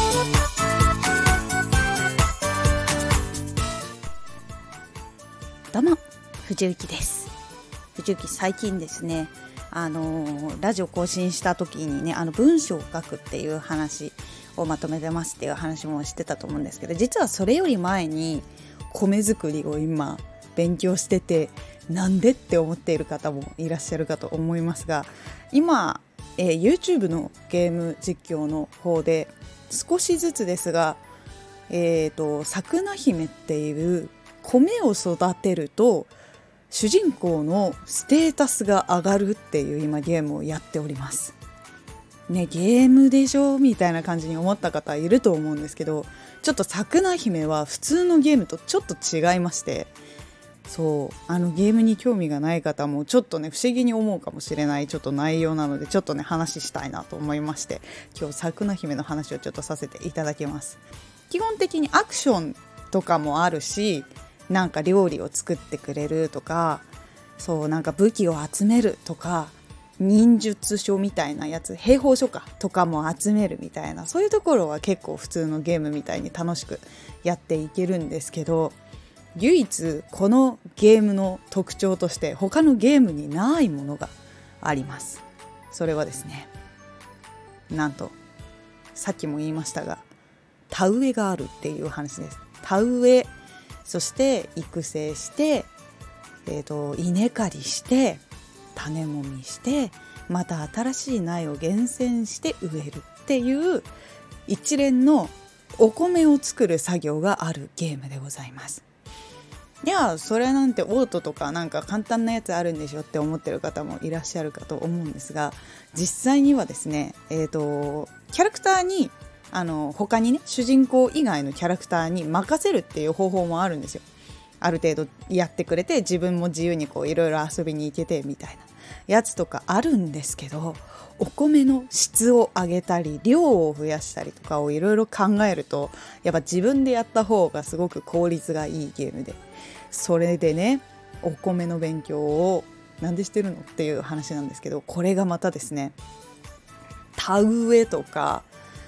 どうも、藤幸です。藤幸、最近ですね、ラジオ更新した時にね、文章を書くっていう話をまとめてますっていう話もしてたと思うんですけど、実はそれより前に米作りを今勉強してて、なんでって思っている方もいらっしゃるかと思いますが、今、YouTube のゲーム実況の方で少しずつですが、さくな姫っていう米を育てると主人公のステータスが上がるっていう今ゲームをやっておりますね。ゲームでしょみたいな感じに思った方いると思うんですけど、ちょっとさくな姫は普通のゲームとちょっと違いまして、そうゲームに興味がない方もちょっとね不思議に思うかもしれないちょっと内容なので、ちょっとね話したいなと思いまして、今日さくな姫の話をちょっとさせていただきます。基本的にアクションとかもあるし、なんか料理を作ってくれるとか、そうなんか武器を集めるとか、忍術書みたいなやつ、兵法書かとかも集めるみたいな、そういうところは結構普通のゲームみたいに楽しくやっていけるんですけど、唯一このゲームの特徴として他のゲームにないものがあります。それはですね、なんとさっきも言いましたが、田植えがあるっていう話です。田植え、そして育成して、稲刈りして種もみして、また新しい苗を厳選して植えるっていう一連のお米を作る作業があるゲームでございます。いや、それなんてオートとかなんか簡単なやつあるんでしょって思ってる方もいらっしゃるかと思うんですが、実際にはですね、キャラクターに他にね、主人公以外のキャラクターに任せるっていう方法もあるんですよ。ある程度やってくれて、自分も自由にこういろいろ遊びに行けてみたいなやつとかあるんですけど、お米の質を上げたり量を増やしたりとかをいろいろ考えると、やっぱ自分でやった方がすごく効率がいいゲームで、それでね、お米の勉強をなんでしてるのっていう話なんですけど、これがまたですね、田植えとか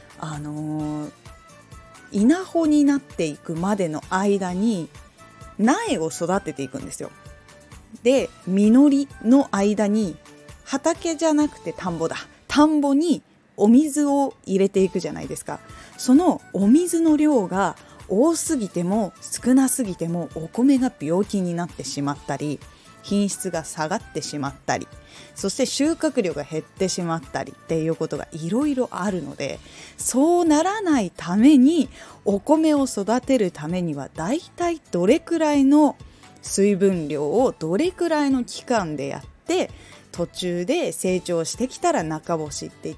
稲穂になっていくまでの間に苗を育てていくんですよ。で、実りの間に畑じゃなくて田んぼだ、田んぼにお水を入れていくじゃないですか。そのお水の量が多すぎても少なすぎてもお米が病気になってしまったり、品質が下がってしまったり、そして収穫量が減ってしまったりっていうことがいろいろあるので、そうならないためにお米を育てるためにはだいたいどれくらいの水分量をどれくらいの期間でやって、途中で成長してきたら中干しって言って、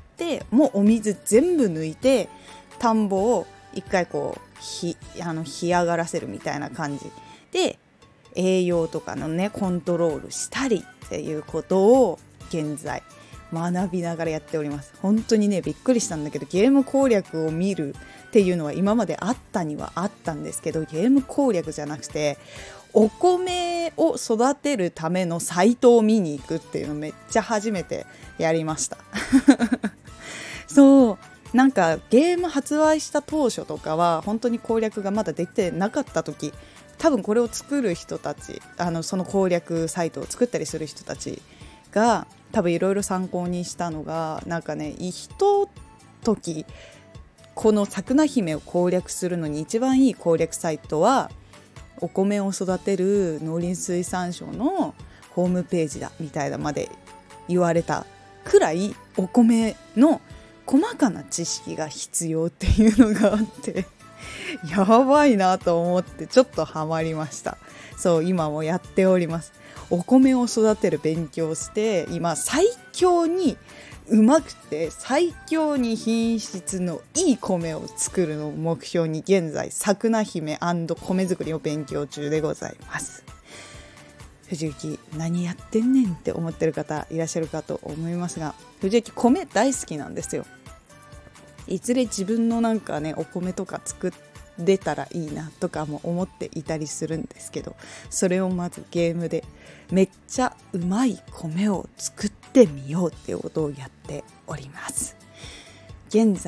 もうお水全部抜いて田んぼを一回こう干上がらせるみたいな感じで、栄養とかのねコントロールしたりっていうことを現在学びながらやっております。本当にねびっくりしたんだけど、ゲーム攻略を見るっていうのは今まであったにはあったんですけど、ゲーム攻略じゃなくてお米を育てるためのサイトを見に行くっていうのめっちゃ初めてやりましたそうなんかゲーム発売した当初とかは本当に攻略がまだできてなかった時、多分これを作る人たち、その攻略サイトを作ったりする人たちが多分いろいろ参考にしたのが、なんかね、ひとときこのさくな姫を攻略するのに一番いい攻略サイトはお米を育てる農林水産省のホームページだみたいなまで言われたくらい、お米の細かな知識が必要っていうのがあってやばいなと思ってちょっとハマりました。そう今もやっております。お米を育てる勉強をして今最強にうまくて最強に品質のいい米を作るのを目標に現在さくな姫&米作りを勉強中でございます。藤幸何やってんねんって思ってる方いらっしゃるかと思いますが、藤幸米大好きなんですよ。いずれ自分のなんかねお米とか作れたらいいなとかも思っていたりするんですけど、それをまずゲームでめっちゃうまい米を作ってみようっていうことをやっております。現在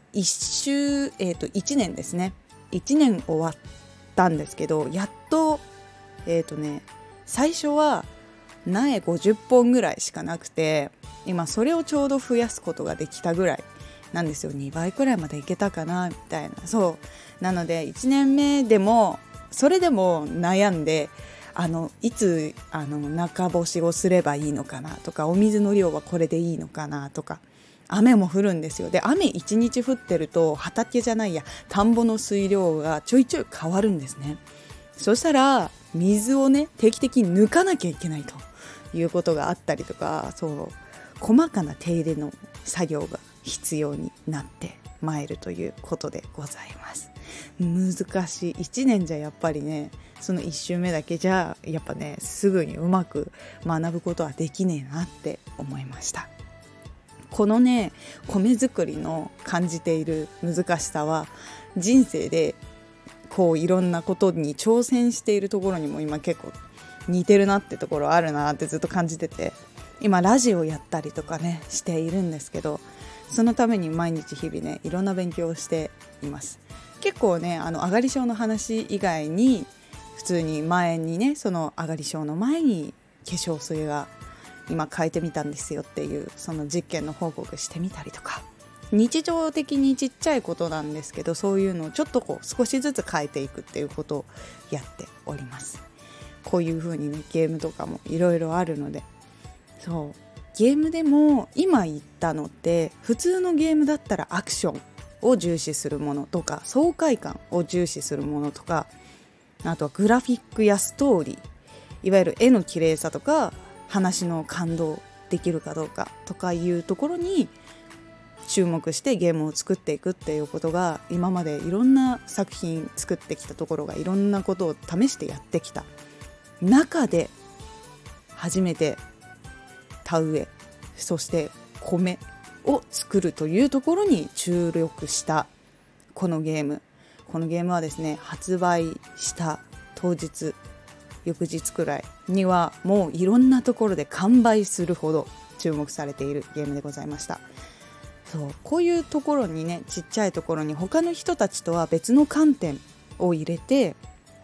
1年ですね。1年終わったんですけど、やっと最初は苗50本ぐらいしかなくて、今それをちょうど増やすことができたぐらいなんですよ。2倍くらいまでいけたかなみたいな。そうなので1年目でもそれでも悩んで、いつ中干しをすればいいのかなとか、お水の量はこれでいいのかなとか、雨も降るんですよ。で、雨1日降ってると田んぼの水量がちょいちょい変わるんですね。そしたら水をね定期的に抜かなきゃいけないということがあったりとか、細かな手入れの作業が必要になってまいるということでございます。難しい。1年じゃやっぱりね、その1週目だけじゃやっぱねすぐにうまく学ぶことはできねえなって思いました。このね米作りの感じている難しさは、人生でいろんなことに挑戦しているところにも今結構似てるなってところあるなってずっと感じてて、今ラジオやったりとかねしているんですけど、そのために毎日日々ねいろんな勉強をしています。結構ねあがり症の話以外に、普通に前にねそのあがり症の前に化粧水が今変えてみたんですよっていうその実験の報告してみたりとか、日常的にちっちゃいことなんですけど、そういうのをちょっと少しずつ変えていくっていうことをやっております。こういう風にねゲームとかもいろいろあるので、ゲームでも今言ったのって普通のゲームだったらアクションを重視するものとか、爽快感を重視するものとか、あとはグラフィックやストーリー、いわゆる絵の綺麗さとか話の感動できるかどうかとかいうところに注目してゲームを作っていくっていうことが、今までいろんな作品作ってきたところがいろんなことを試してやってきた中で、初めて田植え、そして米を作るというところに注力したこのゲームはですね、発売した当日翌日くらいにはもういろんなところで完売するほど注目されているゲームでございました。こういうところにね、ちっちゃいところに他の人たちとは別の観点を入れて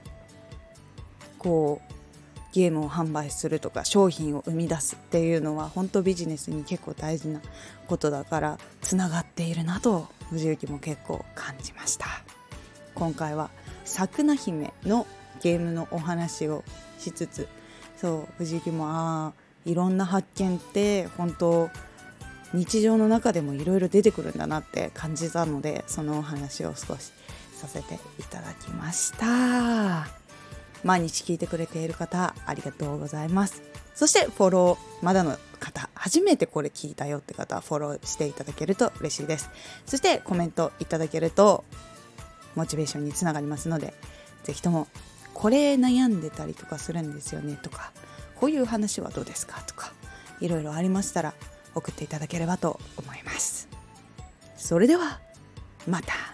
ゲームを販売するとか商品を生み出すっていうのは本当ビジネスに結構大事なことだから、つながっているなと藤幸も結構感じました。今回はさくな姫のゲームのお話をしつつ、藤幸もいろんな発見って本当日常の中でもいろいろ出てくるんだなって感じたので、そのお話を少しさせていただきました。毎日聞いてくれている方ありがとうございます。そしてフォローまだの方、初めてこれ聞いたよって方はフォローしていただけると嬉しいです。そしてコメントいただけるとモチベーションにつながりますので、ぜひともこれ悩んでたりとかするんですよねとか、こういう話はどうですかとか、いろいろありましたら送っていただければと思います。それではまた。